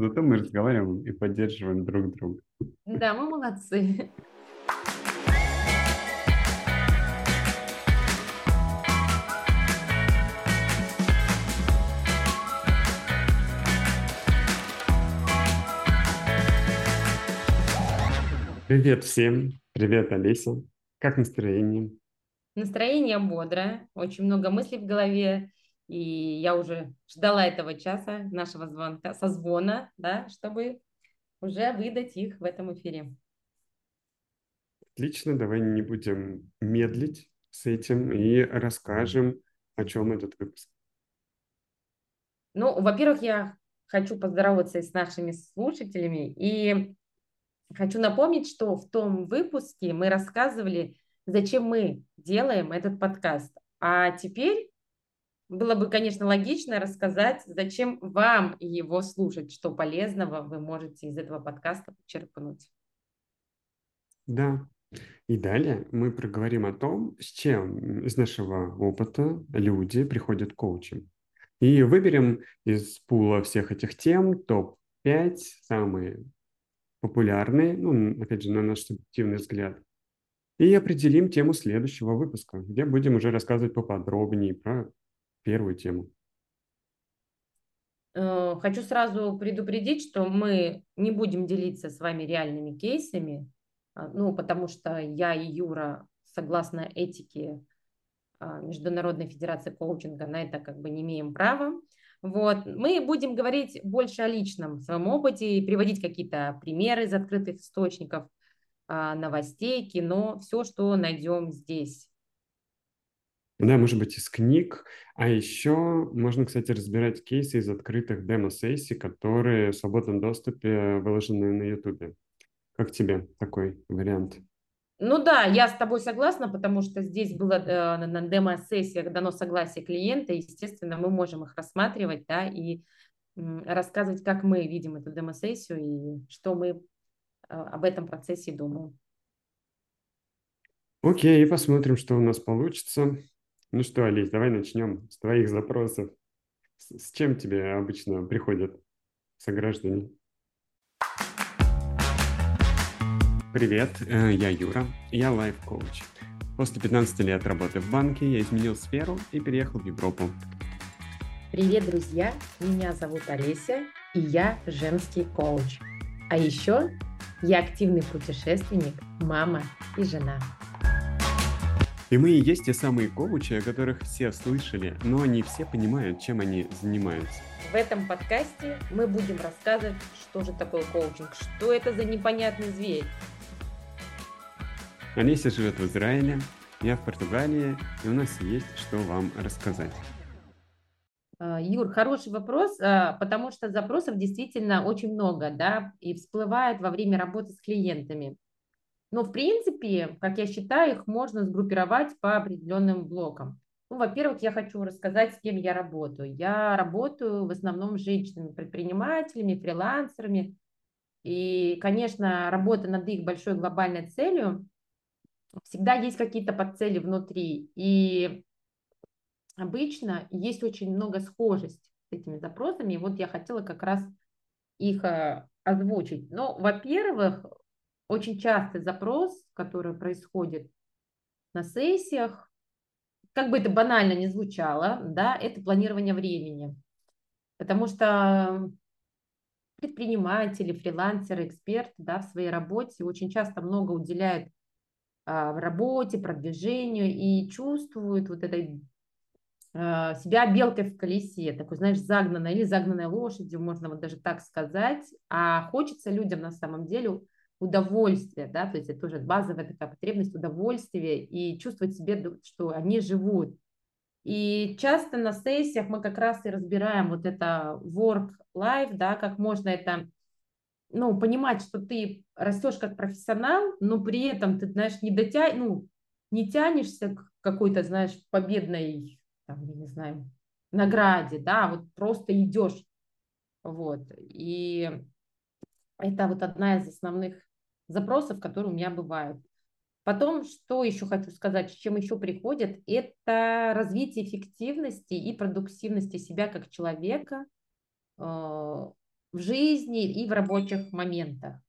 зато мы разговариваем и поддерживаем друг друга. Да, мы молодцы. Привет всем. Привет, Олеся. Как настроение? Настроение бодрое, очень много мыслей в голове, и я уже ждала этого часа, нашего звонка, созвона, да, чтобы уже выдать их в этом эфире. Отлично, давай не будем медлить с этим и расскажем, о чем этот выпуск. Ну, во-первых, я хочу поздороваться с нашими слушателями и хочу напомнить, что в том выпуске мы рассказывали, зачем мы делаем этот подкаст. А теперь было бы, конечно, логично рассказать, зачем вам его слушать, что полезного вы можете из этого подкаста почерпнуть. Да, и далее мы проговорим о том, с чем из нашего опыта люди приходят к коучам. И выберем из пула всех этих тем топ-5 самые популярные, ну, опять же, на наш субъективный взгляд. И определим тему следующего выпуска, где будем уже рассказывать поподробнее про первую тему. Хочу сразу предупредить, что мы не будем делиться с вами реальными кейсами, ну, потому что я и Юра, согласно этике Международной Федерации коучинга, на это как бы не имеем права. Вот. Мы будем говорить больше о личном своем опыте и приводить какие-то примеры из открытых источников, новостей, кино, все, что найдем здесь. Да, может быть, из книг. А еще можно, кстати, разбирать кейсы из открытых демо-сессий, которые в свободном доступе выложены на YouTube. Как тебе такой вариант? Ну да, я с тобой согласна, потому что здесь было на демо-сессиях дано согласие клиента, естественно, мы можем их рассматривать, да, и рассказывать, как мы видим эту демо-сессию и что мы об этом процессе думаем. Окей, посмотрим, что у нас получится. Ну что, Алис, давай начнем с твоих запросов. С чем тебе обычно приходят сограждане? Привет, я Юра, я лайф-коуч. После 15 лет работы в банке я изменил сферу и переехал в Европу. Привет, друзья! Меня зовут Олеся, и я женский коуч. А еще я активный путешественник, мама и жена. И мы и есть те самые коучи, о которых все слышали, но не все понимают, чем они занимаются. В этом подкасте мы будем рассказывать, что же такое коучинг, что это за непонятный зверь. Олеся живет в Израиле, я в Португалии, и у нас есть что вам рассказать. Юр, хороший вопрос, потому что запросов действительно очень много, да, и всплывает во время работы с клиентами. Но, в принципе, как я считаю, их можно сгруппировать по определенным блокам. Ну, во-первых, я хочу рассказать, с кем я работаю. Я работаю в основном с женщинами, предпринимателями, фрилансерами. И, конечно, работа над их большой глобальной целью, всегда есть какие-то подцели внутри. И обычно есть очень много схожести с этими запросами. И вот я хотела как раз их озвучить. Ну, во-первых, очень частый запрос, который происходит на сессиях, как бы это банально не звучало, да, это планирование времени. Потому что предприниматели, фрилансеры, эксперты, да, в своей работе очень часто много уделяют в работе, продвижению и чувствуют вот этой себя белкой в колесе, такой, знаешь, загнанной или загнанной лошадью, можно вот даже так сказать, а хочется людям на самом деле удовольствия, да, то есть это тоже базовая такая потребность удовольствия и чувствовать себе, что они живут. И часто на сессиях мы как раз и разбираем вот это work-life, да, как можно это, ну, понимать, что ты растешь как профессионал, но при этом ты, знаешь, не тянешься к какой-то, знаешь, победной, там, я не знаю, награде, да, а вот просто идешь, вот. И это вот одна из основных запросов, которые у меня бывают. Потом, что еще хочу сказать, с чем еще приходят, это развитие эффективности и продуктивности себя как человека, в жизни и в рабочих моментах.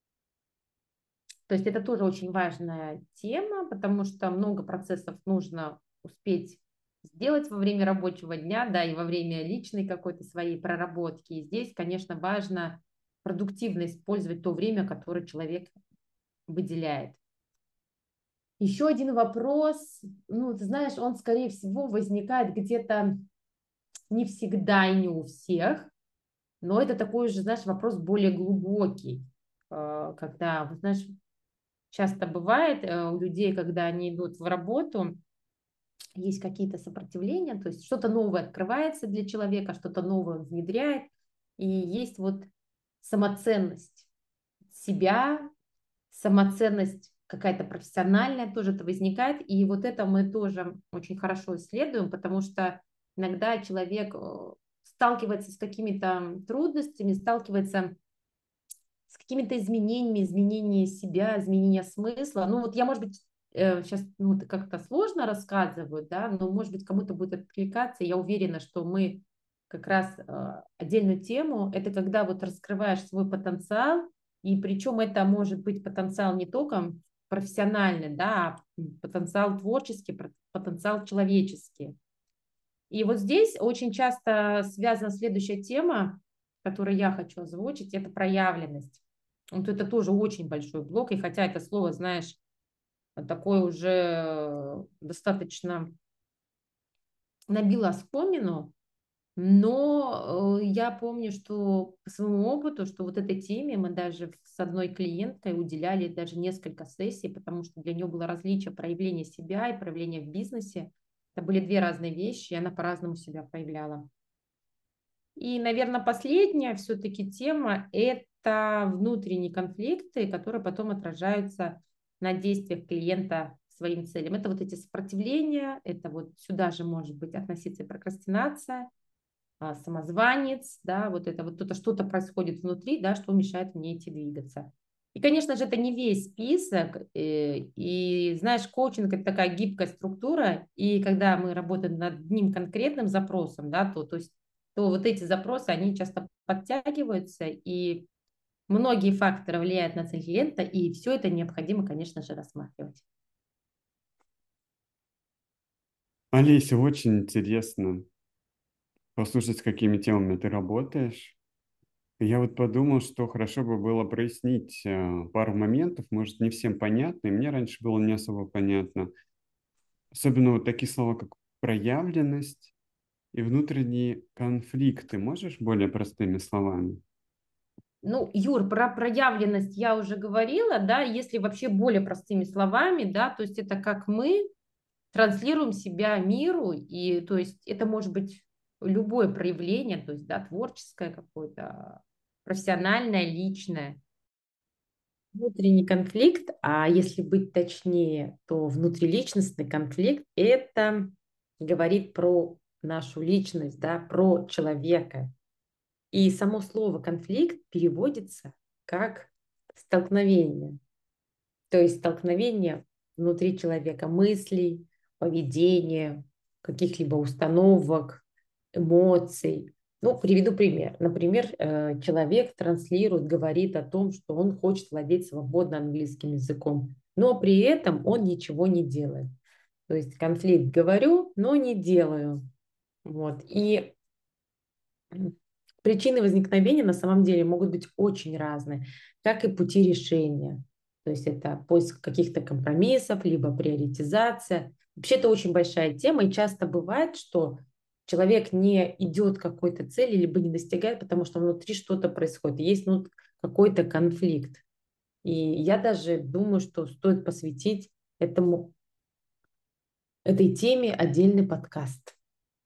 То есть это тоже очень важная тема, потому что много процессов нужно успеть сделать во время рабочего дня, да, и во время личной какой-то своей проработки. И здесь, конечно, важно продуктивно использовать то время, которое человек выделяет. Еще один вопрос, ну, ты знаешь, он, скорее всего, возникает где-то не всегда и не у всех, но это такой уже, знаешь, вопрос более глубокий, когда, вот, знаешь, часто бывает у людей, когда они идут в работу, есть какие-то сопротивления, то есть что-то новое открывается для человека, что-то новое он внедряет, и есть вот самоценность себя, самоценность какая-то профессиональная тоже это возникает, и вот это мы тоже очень хорошо исследуем, потому что иногда человек сталкивается с какими-то трудностями, сталкивается с какими-то изменениями, изменения себя, изменения смысла. Ну вот я, может быть, сейчас ну, это как-то сложно рассказываю, да, но, может быть, кому-то будет откликаться. Я уверена, что мы как раз отдельную тему, это когда вот раскрываешь свой потенциал, и причем это может быть потенциал не только профессиональный, да, а потенциал творческий, потенциал человеческий. И вот здесь очень часто связана следующая тема, которую я хочу озвучить, это проявленность. Вот это тоже очень большой блок, и хотя это слово, знаешь, такое уже достаточно набило оскомину, но я помню, что по своему опыту, что вот этой теме мы даже с одной клиенткой уделяли даже несколько сессий, потому что для нее было различие проявления себя и проявления в бизнесе. Это были две разные вещи, и она по-разному себя проявляла. И, наверное, последняя все-таки тема – это внутренние конфликты, которые потом отражаются на действиях клиента к своим целям. Это вот эти сопротивления, это вот сюда же может быть относиться и прокрастинация, самозванец, да, вот это вот что-то происходит внутри, да, что мешает мне идти двигаться. И, конечно же, это не весь список, и, знаешь, коучинг – это такая гибкая структура, и когда мы работаем над одним конкретным запросом, да, то вот эти запросы, они часто подтягиваются, и многие факторы влияют на цель клиента, и все это необходимо, конечно же, рассматривать. Олеся, очень интересно послушать, с какими темами ты работаешь. Я вот подумал, что хорошо бы было прояснить пару моментов, может, не всем понятно, и мне раньше было не особо понятно. Особенно вот такие слова, как проявленность и внутренние конфликты. Можешь более простыми словами? Ну, Юр, про проявленность я уже говорила, да, если вообще более простыми словами, да, то есть это как мы транслируем себя миру, и то есть это может быть любое проявление, то есть, да, творческое какое-то, профессиональное, личное. Внутренний конфликт, а если быть точнее, то внутриличностный конфликт, это говорит про нашу личность, да, про человека. И само слово конфликт переводится как столкновение. То есть столкновение внутри человека мыслей, поведения, каких-либо установок, эмоций. Ну, приведу пример. Например, человек транслирует, говорит о том, что он хочет владеть свободно английским языком, но при этом он ничего не делает. То есть конфликт говорю, но не делаю. Вот. И причины возникновения на самом деле могут быть очень разные, как и пути решения. То есть это поиск каких-то компромиссов, либо приоритизация. Вообще это очень большая тема, и часто бывает, что человек не идет к какой-то цели, либо не достигает, потому что внутри что-то происходит, есть ну, какой-то конфликт. И я даже думаю, что стоит посвятить этой теме отдельный подкаст.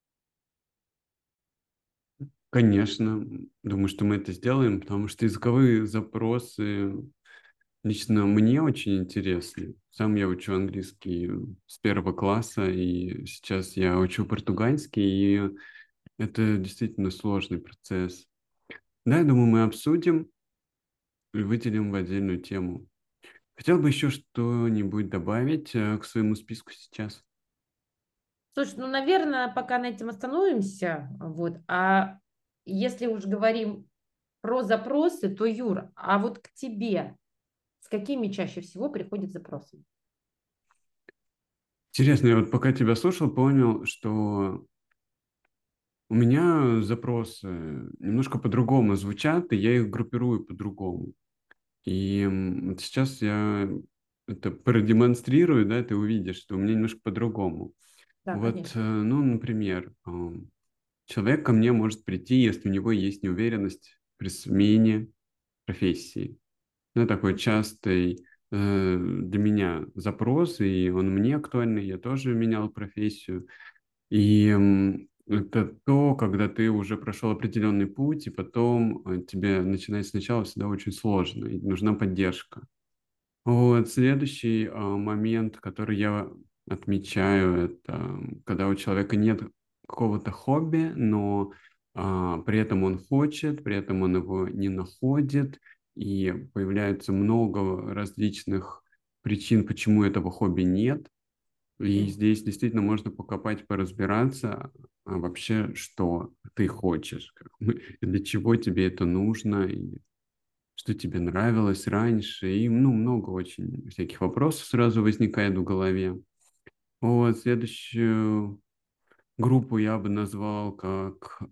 Конечно, думаю, что мы это сделаем, потому что языковые запросы лично мне очень интересны. Сам я учу английский с первого класса, и сейчас я учу португальский, и это действительно сложный процесс. Да, я думаю, мы обсудим и выделим в отдельную тему. Хотел бы еще что-нибудь добавить к своему списку сейчас. Слушай, ну, наверное, пока на этом остановимся. Вот. А если уж говорим про запросы, то, Юр, а вот к тебе с какими чаще всего приходят запросы? Интересно, я вот пока тебя слушал, понял, что у меня запросы немножко по-другому звучат, и я их группирую по-другому. И вот сейчас я это продемонстрирую, да, ты увидишь, что у меня немножко по-другому. Да, Вот, конечно. ну, например, человек ко мне может прийти, если у него есть неуверенность при смене профессии. Ну, такой частый для меня запрос, и он мне актуальный, я тоже менял профессию. И это то, когда ты уже прошел определенный путь, и потом тебе начинать сначала всегда очень сложно, и нужна поддержка. Вот, следующий момент, который я отмечаю, это когда у человека нет какого-то хобби, но при этом он хочет, при этом он его не находит, и появляется много различных причин, почему этого хобби нет. И М. здесь действительно можно покопать, поразбираться, вообще, что ты хочешь, для чего тебе это нужно, и что тебе нравилось раньше, и ну, много очень всяких вопросов сразу возникает в голове. Вот, следующую группу я бы назвал как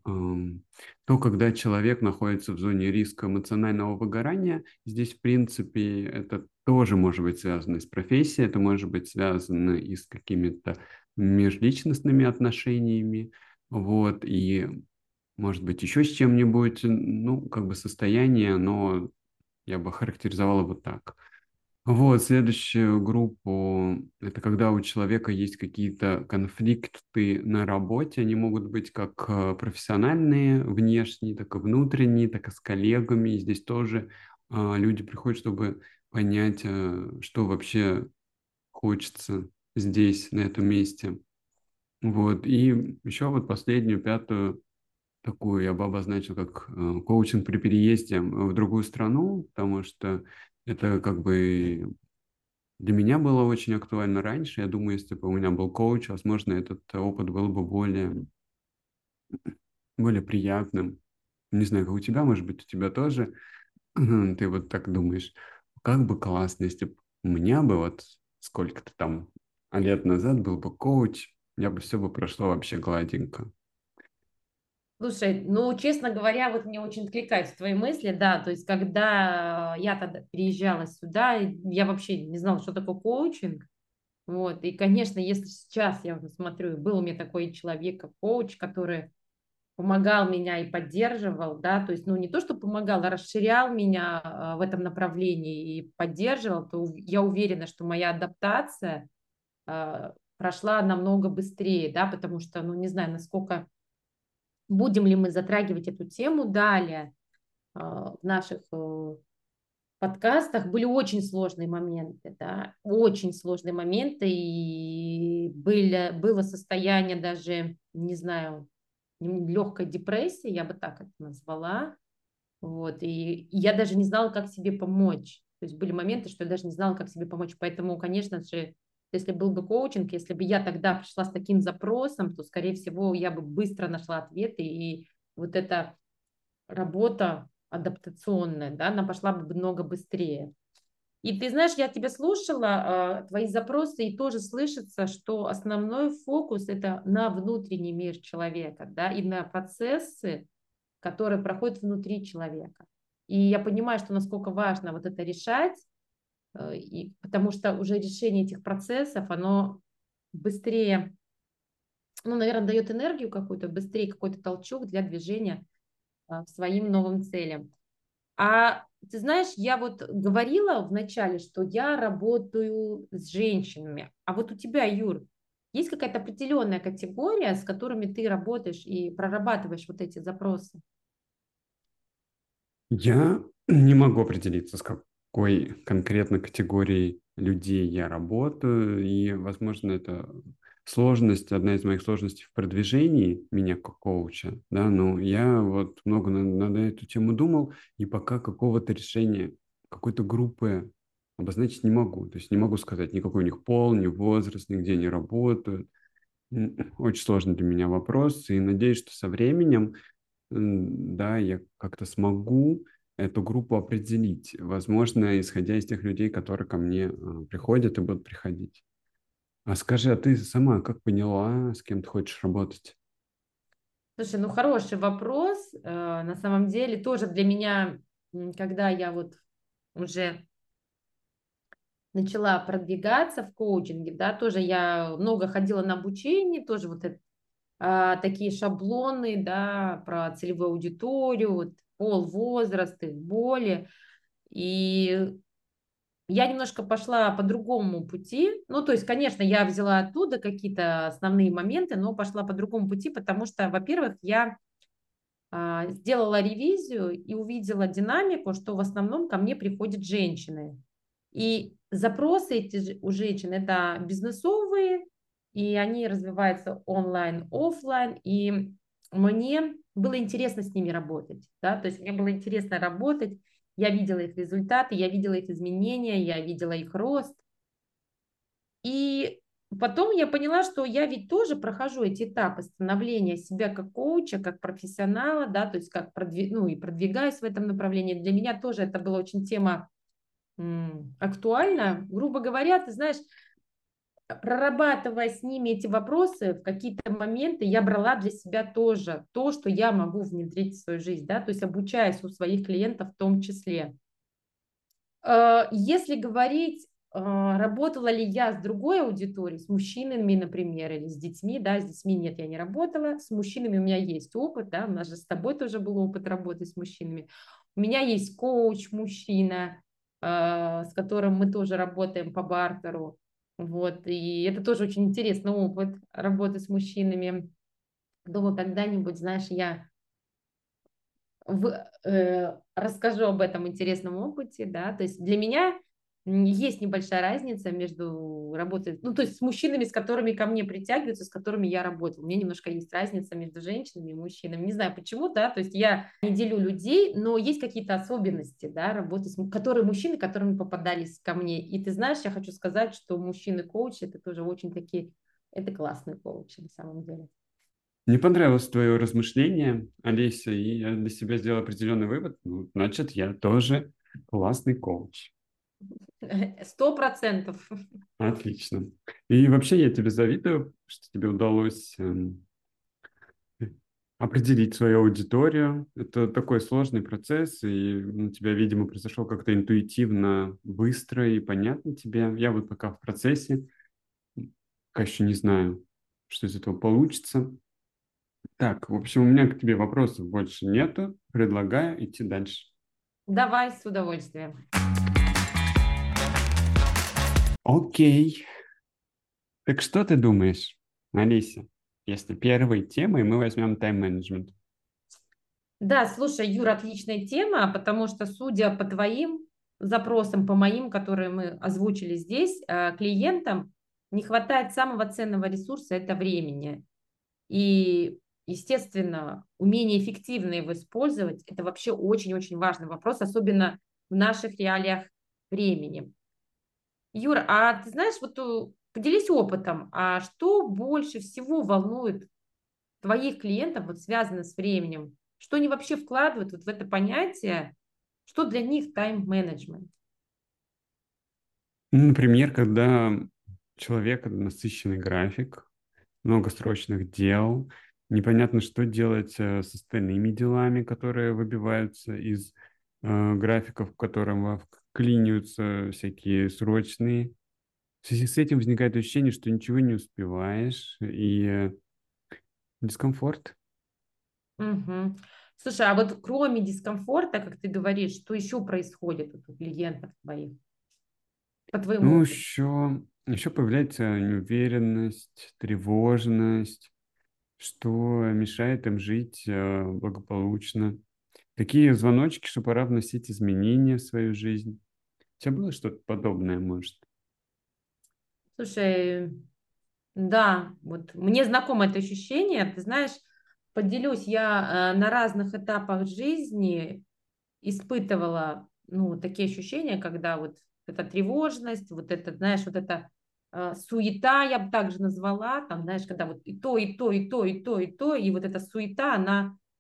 то, когда человек находится в зоне риска эмоционального выгорания. Здесь, в принципе, это тоже может быть связано с профессией, это может быть связано и с какими-то межличностными отношениями, вот, и может быть еще с чем-нибудь, ну, как бы состояние, но я бы характеризовал его так. Вот, следующую группу– это когда у человека есть какие-то конфликты на работе. Они могут быть как профессиональные, внешние, так и внутренние, так и с коллегами. И здесь тоже люди приходят, чтобы понять, что вообще хочется здесь, на этом месте. Вот, и еще вот последнюю, пятую такую я бы обозначил как коучинг при переезде в другую страну, потому что это как бы для меня было очень актуально раньше. Я думаю, если бы у меня был коуч, возможно, этот опыт был бы более приятным. Не знаю, как у тебя, может быть, у тебя тоже. Ты вот так думаешь, как бы классно, если бы у меня бы вот сколько-то там лет назад был бы коуч, я бы все бы прошло вообще гладенько. Слушай, ну, честно говоря, вот мне очень откликаются твои мысли, да, то есть когда я тогда переезжала сюда, я вообще не знала, что такое коучинг, вот, и, конечно, если сейчас я уже смотрю, был у меня такой человек, как коуч, который помогал меня и поддерживал, да, то есть, ну, не то, что помогал, а расширял меня в этом направлении и поддерживал, то я уверена, что моя адаптация прошла намного быстрее, да, потому что, ну, не знаю, насколько будем ли мы затрагивать эту тему далее в наших подкастах. Были очень сложные моменты, да, очень сложные моменты, и было состояние даже, не знаю, легкой депрессии, я бы так это назвала, вот, и я даже не знала, как себе помочь. То есть были моменты, что я даже не знала, как себе помочь. Поэтому, конечно же, если был бы коучинг, если бы я тогда пришла с таким запросом, то, скорее всего, я бы быстро нашла ответы, и вот эта работа адаптационная, да, она пошла бы много быстрее. И ты знаешь, я тебя слушала, твои запросы, и тоже слышится, что основной фокус это на внутренний мир человека, да, и на процессы, которые проходят внутри человека. И я понимаю, что насколько важно вот это решать, и, потому что уже решение этих процессов, оно быстрее, ну, наверное, дает энергию какую-то, быстрее какой-то толчок для движения к своим новым целям. А ты знаешь, я вот говорила вначале, что я работаю с женщинами. А вот у тебя, Юр, есть какая-то определенная категория, с которыми ты работаешь и прорабатываешь вот эти запросы? Я не могу определиться, с какой конкретно категорией людей я работаю, и, возможно, это сложность, одна из моих сложностей в продвижении меня как коуча, да, но я вот много на эту тему думал, и пока какого-то решения, какой-то группы обозначить не могу. То есть не могу сказать никакой у них пол, ни возраст, нигде не работают. Очень сложный для меня вопрос, и надеюсь, что со временем да, я как-то смогу эту группу определить, возможно, исходя из тех людей, которые ко мне приходят и будут приходить. А скажи, а ты сама как поняла, с кем ты хочешь работать? Слушай, ну хороший вопрос. На самом деле тоже для меня, когда я вот уже начала продвигаться в коучинге, да, тоже я много ходила на обучение, тоже вот такие шаблоны, да, про целевую аудиторию, вот, пол, возраст, их боли. И я немножко пошла по другому пути. Ну, то есть, конечно, я взяла оттуда какие-то основные моменты, но пошла по другому пути, потому что, во-первых, я сделала ревизию и увидела динамику, что в основном ко мне приходят женщины. И запросы эти у женщин это бизнесовые, и они развиваются онлайн, оффлайн, и мне было интересно с ними работать, да, то есть мне было интересно работать, я видела их результаты, я видела их изменения, я видела их рост, и потом я поняла, что я ведь тоже прохожу эти этапы становления себя как коуча, как профессионала, да, то есть как ну, и продвигаюсь в этом направлении. Для меня тоже это была очень тема актуальна. Грубо говоря, ты знаешь, прорабатывая с ними эти вопросы, в какие-то моменты я брала для себя тоже то, что я могу внедрить в свою жизнь, да, то есть обучаясь у своих клиентов в том числе. Если говорить, работала ли я с другой аудиторией, с мужчинами, например, или с детьми, да, с детьми нет, я не работала, с мужчинами у меня есть опыт, да, у нас же с тобой тоже был опыт работы с мужчинами. У меня есть коуч, мужчина, с которым мы тоже работаем по бартеру, вот, и это тоже очень интересный опыт работы с мужчинами. Думаю, когда-нибудь, знаешь, я расскажу об этом интересном опыте, да, то есть для меня есть небольшая разница между работой, ну, то есть с мужчинами, с которыми ко мне притягиваются, с которыми я работаю. У меня немножко есть разница между женщинами и мужчинами. Не знаю почему, да, то есть я не делю людей, но есть какие-то особенности, да, работы, которые мужчины, которыми попадались ко мне. И ты знаешь, я хочу сказать, что мужчины-коучи, это тоже очень такие, это классные коучи на самом деле. Мне понравилось твое размышление, Олеся, и я для себя сделал определенный вывод. Ну, значит, я тоже классный коуч. 100%. Отлично. И вообще я тебе завидую, что тебе удалось определить свою аудиторию. Это такой сложный процесс, и у тебя, видимо, произошел как-то интуитивно, быстро и понятно тебе. Я вот пока в процессе, пока еще не знаю, что из этого получится. Так, в общем, у меня к тебе вопросов больше нету. Предлагаю идти дальше. Давай с удовольствием. Окей. Так что ты думаешь, Алиса, если первой темой мы возьмем тайм-менеджмент? Да, слушай, Юра, отличная тема, потому что, судя по твоим запросам, по моим, которые мы озвучили здесь, клиентам не хватает самого ценного ресурса– это времени. И, естественно, умение эффективно его использовать– это вообще очень-очень важный вопрос, особенно в наших реалиях времени. Юр, а ты знаешь, вот поделись опытом, а что больше всего волнует твоих клиентов, вот связано с временем? Что они вообще вкладывают вот в это понятие? Что для них тайм-менеджмент? Ну, например, когда у человека насыщенный график, много срочных дел, непонятно, что делать с остальными делами, которые выбиваются из графиков, в котором вклиниваются всякие срочные. В связи с этим возникает ощущение, что ничего не успеваешь, и дискомфорт. Мгм. Слушай, а вот кроме дискомфорта, как ты говоришь, что еще происходит вот у клиентов твоих, по твоему Ну, опыту? еще появляется неуверенность, тревожность, что мешает им жить благополучно. Такие звоночки, что пора вносить изменения в свою жизнь. У тебя было что-то подобное, может? Слушай, да, вот мне знакомо это ощущение. Ты знаешь, поделюсь, я на разных этапах жизни испытывала, ну, вот такие ощущения, когда вот эта тревожность, вот это, знаешь, вот эта суета, я бы также назвала, там, знаешь, когда вот и то, и то, и то, и то, и то, и вот эта суета, она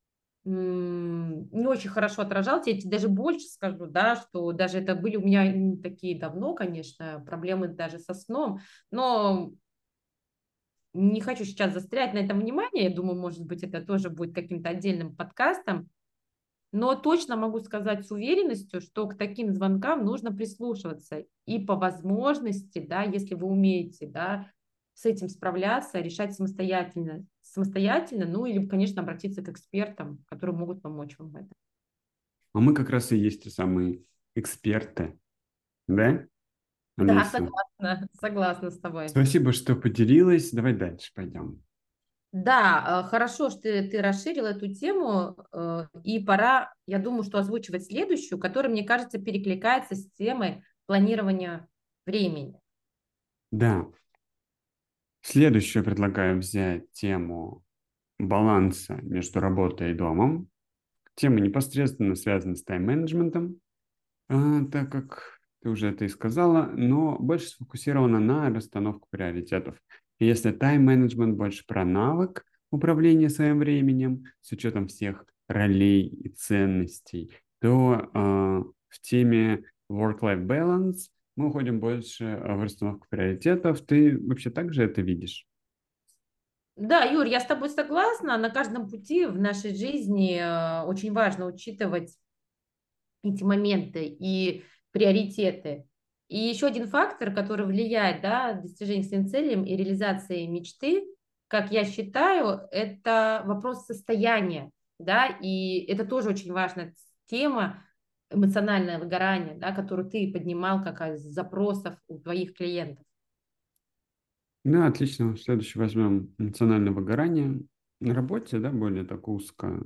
не очень хорошо отражался. Я тебе даже больше скажу, да, что даже это были у меня такие давно, конечно, проблемы даже со сном, но не хочу сейчас застрять на этом внимание. Я думаю, может быть, это тоже будет каким-то отдельным подкастом. Но точно могу сказать с уверенностью, что к таким звонкам нужно прислушиваться. И по возможности, да, если вы умеете, да, с этим справляться, решать самостоятельно, ну или, конечно, обратиться к экспертам, которые могут помочь вам в этом. А мы как раз и есть те самые эксперты, да, Да, Олеся? согласна с тобой. Спасибо, что поделилась. Давай дальше пойдем. Да, хорошо, что ты расширил эту тему, и пора, я думаю, что озвучивать следующую, которая, мне кажется, перекликается с темой планирования времени. Да, следующее предлагаю взять тему баланса между работой и домом. Тема непосредственно связана с тайм-менеджментом, так как ты уже это и сказала, но больше сфокусирована на расстановку приоритетов. И если тайм-менеджмент больше про навык управления своим временем с учетом всех ролей и ценностей, то в теме work-life balance мы уходим больше в расстановку приоритетов. Ты вообще также это видишь? Да, Юр, я с тобой согласна. На каждом пути в нашей жизни очень важно учитывать эти моменты и приоритеты. И еще один фактор, который влияет, да, на достижение своим целям и реализации мечты, как я считаю, это вопрос состояния, да, и это тоже очень важная тема, эмоциональное выгорание, да, которую ты поднимал как из запросов у твоих клиентов. Да, отлично. Следующий возьмем эмоциональное выгорание на работе, да, более так узко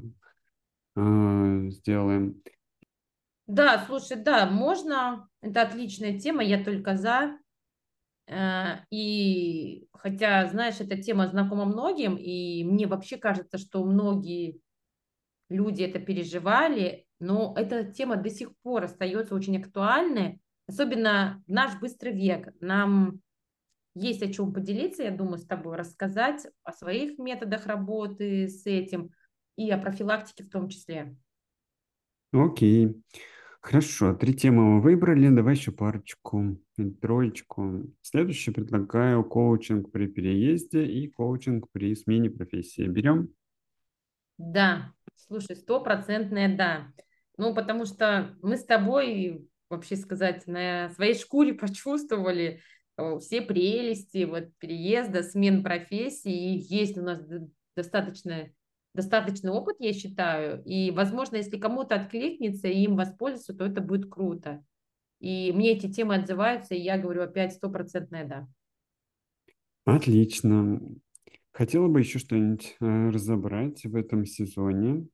сделаем. Да, слушай, да, можно, это отличная тема, я только за. И хотя, знаешь, эта тема знакома многим, и мне вообще кажется, что многие люди это переживали, но эта тема до сих пор остается очень актуальной, особенно в наш быстрый век. Нам есть о чем поделиться, я думаю, с тобой, рассказать о своих методах работы с этим и о профилактике в том числе. Окей. Хорошо, три темы мы выбрали. Давай еще парочку, или троечку. Следующее предлагаю коучинг при переезде и коучинг при смене профессии. Берем? Да, слушай, стопроцентное да. Ну, потому что мы с тобой, вообще сказать, на своей шкуре почувствовали все прелести вот переезда, смен профессии. И есть у нас достаточный опыт, я считаю. И, возможно, если кому-то откликнется и им воспользоваться, то это будет круто. И мне эти темы отзываются, и я говорю опять стопроцентное да. Отлично. Хотела бы еще что-нибудь разобрать в этом сезоне.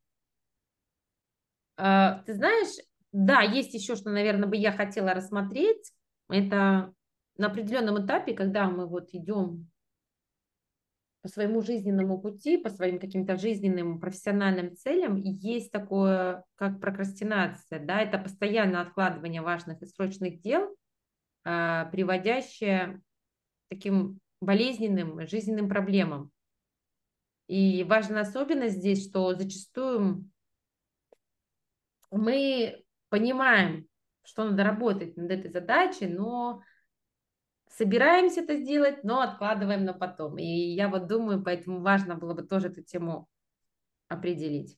Ты знаешь, да, есть еще, что, наверное, бы я хотела рассмотреть. Это на определенном этапе, когда мы вот идем по своему жизненному пути, по своим каким-то жизненным профессиональным целям, и есть такое, как прокрастинация, да, это постоянное откладывание важных и срочных дел, приводящее к таким болезненным жизненным проблемам. И важная особенность здесь, что зачастую мы понимаем, что надо работать над этой задачей, но собираемся это сделать, но откладываем на потом. И я вот думаю, поэтому важно было бы тоже эту тему определить.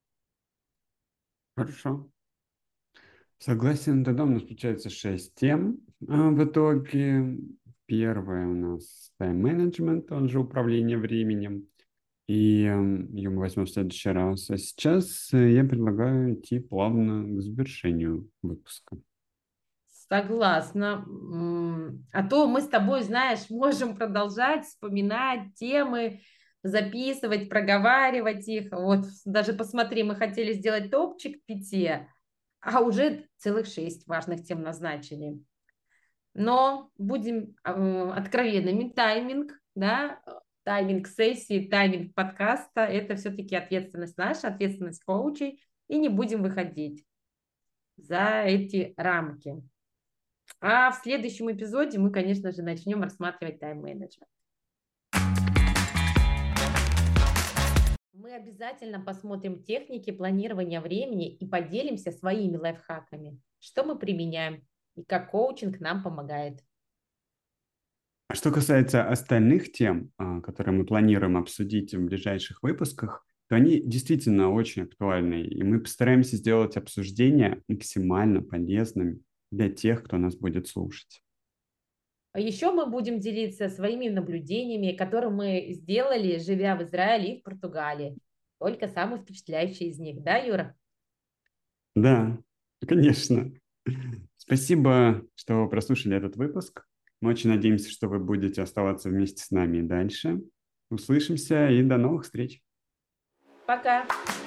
Хорошо. Согласен. Тогда у нас получается 6 тем в итоге. Первая у нас тайм-менеджмент, он же управление временем. И ее мы возьмем в следующий раз. А сейчас я предлагаю идти плавно к завершению выпуска. Согласна. А то мы с тобой, знаешь, можем продолжать вспоминать темы, записывать, проговаривать их. Вот даже посмотри, мы хотели сделать топчик 5, а уже целых 6 важных тем назначили. Но будем откровенными, тайминг, да, тайминг сессии, тайминг подкаста, это все-таки ответственность наша, ответственность коучей, и не будем выходить за эти рамки. А в следующем эпизоде мы, конечно же, начнем рассматривать тайм-менеджмент. Мы обязательно посмотрим техники планирования времени и поделимся своими лайфхаками, что мы применяем и как коучинг нам помогает. А что касается остальных тем, которые мы планируем обсудить в ближайших выпусках, то они действительно очень актуальны, и мы постараемся сделать обсуждение максимально полезным для тех, кто нас будет слушать. А еще мы будем делиться своими наблюдениями, которые мы сделали, живя в Израиле и в Португалии. Только самые впечатляющие из них, да, Юра? Да, конечно. Спасибо, что прослушали этот выпуск. Мы очень надеемся, что вы будете оставаться вместе с нами и дальше. Услышимся и до новых встреч. Пока!